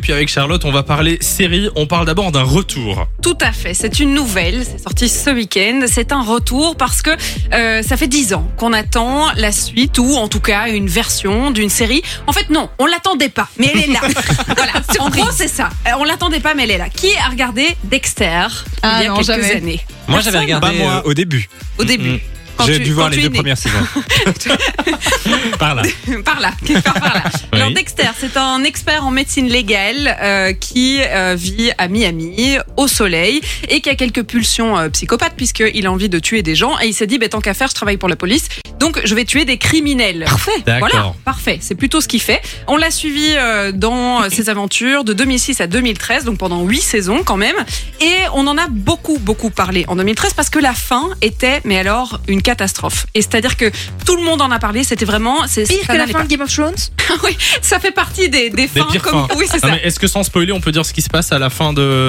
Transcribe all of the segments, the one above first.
puis avec Charlotte, on va parler série. On parle d'abord d'un retour. Tout à fait, c'est une nouvelle, c'est sorti ce week-end. C'est un retour parce que ça fait 10 ans qu'on attend la suite ou en tout cas une version d'une série. En fait non, on l'attendait pas, mais elle est là. Voilà, en gros c'est ça. On l'attendait pas, mais elle est là. Qui a regardé Dexter il y a quelques années? Moi j'avais regardé au début. Au début. J'ai dû voir les 2 premières saisons. Par là. Par là, quelque part par là. Oui. Alors Dexter, c'est un expert en médecine légale qui vit à Miami, au soleil, et qui a quelques pulsions psychopathes puisqu'il a envie de tuer des gens. Et il s'est dit, tant qu'à faire, je travaille pour la police, donc je vais tuer des criminels. Parfait. D'accord. Voilà, parfait. C'est plutôt ce qu'il fait. On l'a suivi dans ses aventures de 2006 à 2013, donc pendant 8 saisons quand même. Et on en a beaucoup parlé en 2013 parce que la fin était, mais alors, une catastrophe. Et c'est-à-dire que tout le monde en a parlé. C'était vraiment... Pire que la fin de Game of Thrones. Oui, ça fait partie des fins. Pires Comme... fins. Oui, c'est Non, ça. mais est-ce que sans spoiler, on peut dire ce qui se passe à la fin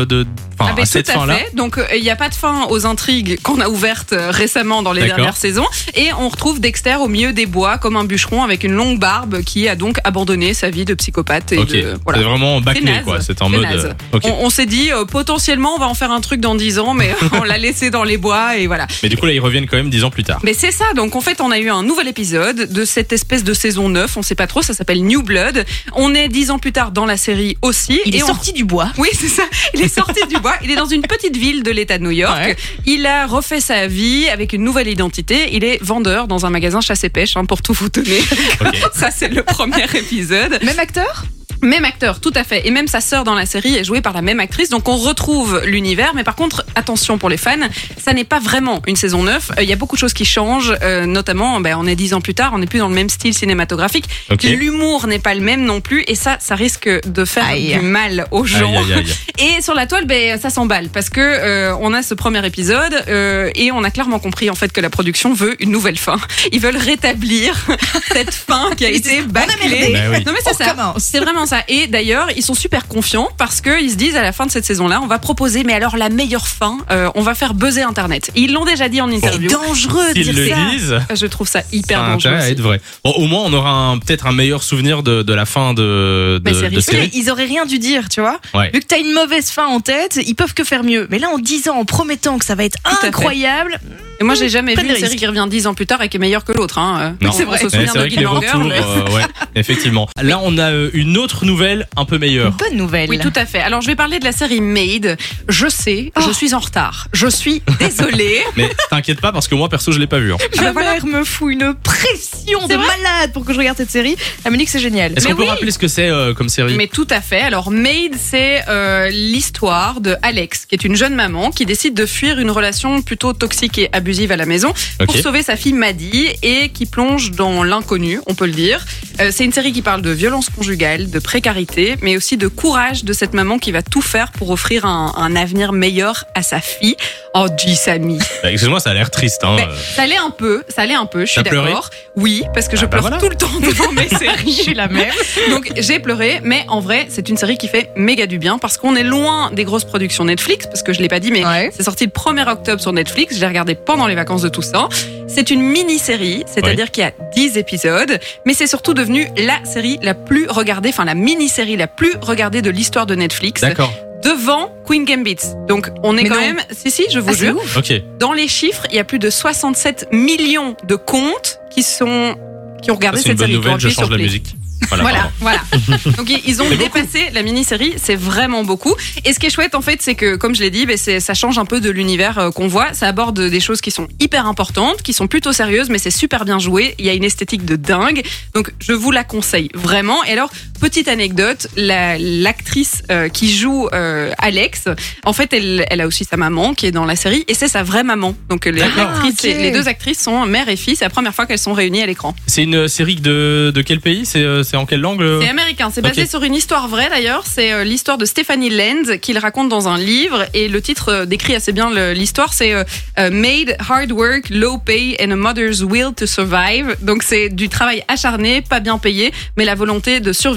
Ah ben, à cette tout à fin-là? fait. Donc il n'y a pas de fin aux intrigues qu'on a ouvertes récemment dans les D'accord. dernières saisons. Et on retrouve Dexter au milieu des bois comme un bûcheron avec une longue barbe qui a donc abandonné sa vie de psychopathe. Et Ok, voilà. c'est vraiment bâclé, naze. quoi. C'est en C'est mode. naze. Ok. On s'est dit potentiellement on va en faire un truc dans 10 ans, mais on l'a laissé dans les bois et voilà. Mais du coup, là, ils reviennent quand même 10 ans plus tard. Mais c'est ça, donc en fait on a eu un nouvel épisode de cette espèce de saison 9, on sait pas trop, ça s'appelle New Blood. On est 10 ans plus tard dans la série aussi. Il est sorti du bois. Oui, c'est ça. Il est sorti du bois. Il est dans une petite ville de l'État de New York. Ouais. Il a refait sa vie avec une nouvelle identité. Il est vendeur dans un magasin chasse et pêche, pour tout vous donner. Ok. Ça, c'est le premier épisode. Même acteur. Même acteur, tout à fait. Et même sa sœur dans la série est jouée par la même actrice. Donc on retrouve l'univers. Mais par contre, attention pour les fans, ça n'est pas vraiment une saison 9. Il y a beaucoup de choses qui changent. Notamment, on est 10 ans plus tard, on n'est plus dans le même style cinématographique. Ok. L'humour n'est pas le même non plus. Et ça risque de faire Aïe. du mal aux gens. Aïe, aïe, aïe. Et sur la toile, ça s'emballe parce que on a ce premier épisode et on a clairement compris en fait que la production veut une nouvelle fin. Ils veulent rétablir cette fin qui a été bâclée. merdé. Bah oui. Non mais c'est On ça. recommence. C'est vraiment ça. Et d'ailleurs, ils sont super confiants parce que ils se disent à la fin de cette saison-là, on va proposer mais alors la meilleure fin. On va faire buzzer Internet. Et ils l'ont déjà dit en interview. Dangereux de S'ils dire le ça. disent, Je trouve ça hyper ça a dangereux. intérêt à aussi. être vrai. Bon, au moins, on aura peut-être un meilleur souvenir de la fin de Mais c'est risqué. série. Ils auraient rien dû dire, tu vois. Ouais. Vu que t'as une mauvaise fin en tête, ils peuvent que faire mieux. Mais là, en disant, en promettant que ça va être à fait. incroyable, Et moi, j'ai jamais vu Prennent une des série risques. qui revient 10 ans plus tard et qui est meilleure que l'autre. Non, C'est vrai. On se Mais souvient c'est de vrai que les Gilmore retours, Girl, mais- ouais, effectivement. Là, on a une autre nouvelle un peu meilleure. bonne nouvelle. Oui, tout à fait. Alors, je vais parler de la série Made. Je sais, je suis en retard. Je suis désolée. Mais t'inquiète pas, parce que moi, perso, je l'ai pas vu. Hein. Ma mère me fout une pression de C'est vrai malade pour que je regarde cette série. Elle me dit que c'est génial. Est-ce Mais qu'on peut oui. rappeler ce que c'est comme série? Mais tout à fait. Alors, Made, c'est l'histoire de Alex, qui est une jeune maman qui décide de fuir une relation plutôt toxique et abusive à la maison pour Ok. sauver sa fille Maddie et qui plonge dans l'inconnu, on peut le dire. C'est une série qui parle de violence conjugale, de précarité, mais aussi de courage de cette maman qui va tout faire pour offrir un avenir meilleur à sa fille. Oh, dis Samy. Bah, excuse-moi, ça a l'air triste. Hein. Mais ça allait un peu, je suis T'as pleuré d'accord. Oui, parce que je Ah, bah pleure voilà. tout le temps devant mes séries. Je suis la même. Donc j'ai pleuré, mais en vrai, c'est une série qui fait méga du bien parce qu'on est loin des grosses productions Netflix, parce que je l'ai pas dit, mais Ouais. c'est sorti le 1er octobre sur Netflix. Je l'ai regardé pendant les vacances de Toussaint. C'est une mini-série, c'est-à-dire qu'il y a 10 épisodes, mais c'est surtout devenu la série la plus regardée, enfin la mini-série la plus regardée de l'histoire de Netflix, D'accord. devant Queen Gambit. Donc on est Mais quand non. même, si, je vous Ah, c'est jure, ouf. Ok. dans les chiffres, il y a plus de 67 millions de comptes qui ont regardé C'est une cette bonne série. nouvelle, je Appuyer change sur la play. musique. Voilà. Voilà. Donc ils ont dépassé la mini-série, c'est vraiment beaucoup. Et ce qui est chouette en fait, c'est que comme je l'ai dit, ça change un peu de l'univers qu'on voit. Ça aborde des choses qui sont hyper importantes, qui sont plutôt sérieuses, mais c'est super bien joué. Il y a une esthétique de dingue. Donc je vous la conseille vraiment. Et alors, petite anecdote, l'actrice qui joue Alex, en fait, elle a aussi sa maman qui est dans la série et c'est sa vraie maman. Donc les deux actrices sont mère et fille. C'est la première fois qu'elles sont réunies à l'écran. C'est une série de quel pays? C'est en quelle langue C'est américain, c'est basé Ok. sur une histoire vraie d'ailleurs, c'est l'histoire de Stephanie Land qu'il raconte dans un livre et le titre décrit assez bien l'histoire, c'est Made, Hard Work, Low Pay and a Mother's Will to Survive. Donc c'est du travail acharné, pas bien payé, mais la volonté de survivre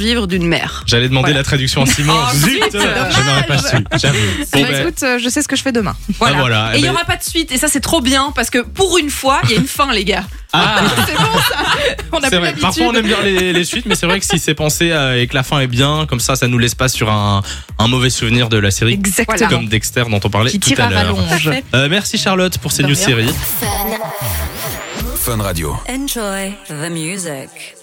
vivre d'une mère. J'allais demander la traduction à Simon. Oh, Zut, zut, je n'aurais pas su. J'avoue. Bon, ben, Écoute, je sais ce que je fais demain. Voilà. voilà. Et il n'y aura pas de suite. Et ça, c'est trop bien parce que pour une fois, il y a une fin, les gars. Ah, C'est bon, ça. On a c'est plus vrai. l'habitude. Parfois, on aime bien les suites, mais c'est vrai que si c'est pensé et que la fin est bien, comme ça nous laisse pas sur un mauvais souvenir de la série. Exactement. Comme Dexter dont on parlait Qui tout tire à à l'heure. rallonge. Merci Charlotte pour ces De news rien. séries. Fun Radio. Enjoy the music.